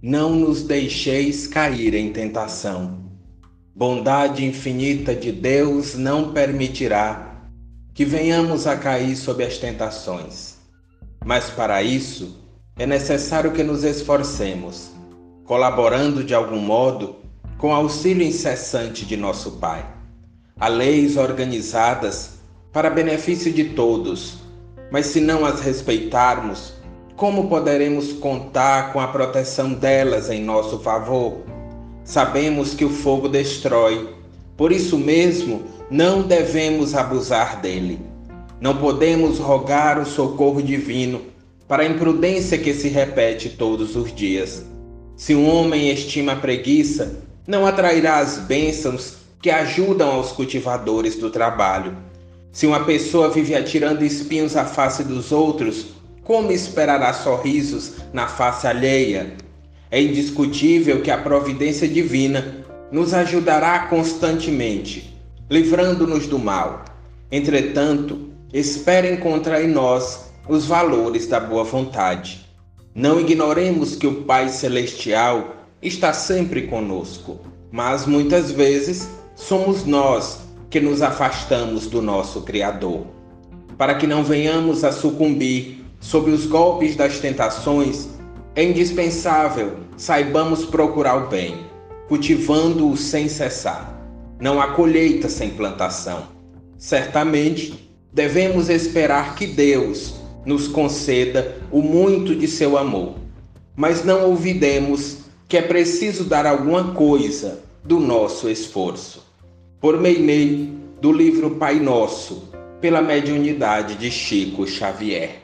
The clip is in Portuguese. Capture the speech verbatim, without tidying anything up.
não nos deixeis cair em tentação. Bondade infinita de Deus não permitirá que venhamos a cair sob as tentações. Mas para isso é necessário que nos esforcemos, colaborando de algum modo com o auxílio incessante de nosso Pai. Há leis organizadas para benefício de todos, mas se não as respeitarmos, como poderemos contar com a proteção delas em nosso favor? Sabemos que o fogo destrói, por isso mesmo não devemos abusar dele. Não podemos rogar o socorro divino para a imprudência que se repete todos os dias. Se um homem estima a preguiça, não atrairá as bênçãos que ajudam aos cultivadores do trabalho. Se uma pessoa vive atirando espinhos à face dos outros, como esperará sorrisos na face alheia? É indiscutível que a providência divina nos ajudará constantemente, livrando-nos do mal. Entretanto, espere encontrar em nós os valores da boa vontade. Não ignoremos que o Pai Celestial está sempre conosco, mas muitas vezes somos nós que nos afastamos do nosso Criador. Para que não venhamos a sucumbir sob os golpes das tentações, é indispensável saibamos procurar o bem, cultivando-o sem cessar. Não há colheita sem plantação. Certamente, devemos esperar que Deus nos conceda o muito de seu amor, mas não olvidemos que é preciso dar alguma coisa do nosso esforço. Por meio do livro Pai Nosso, pela mediunidade de Chico Xavier.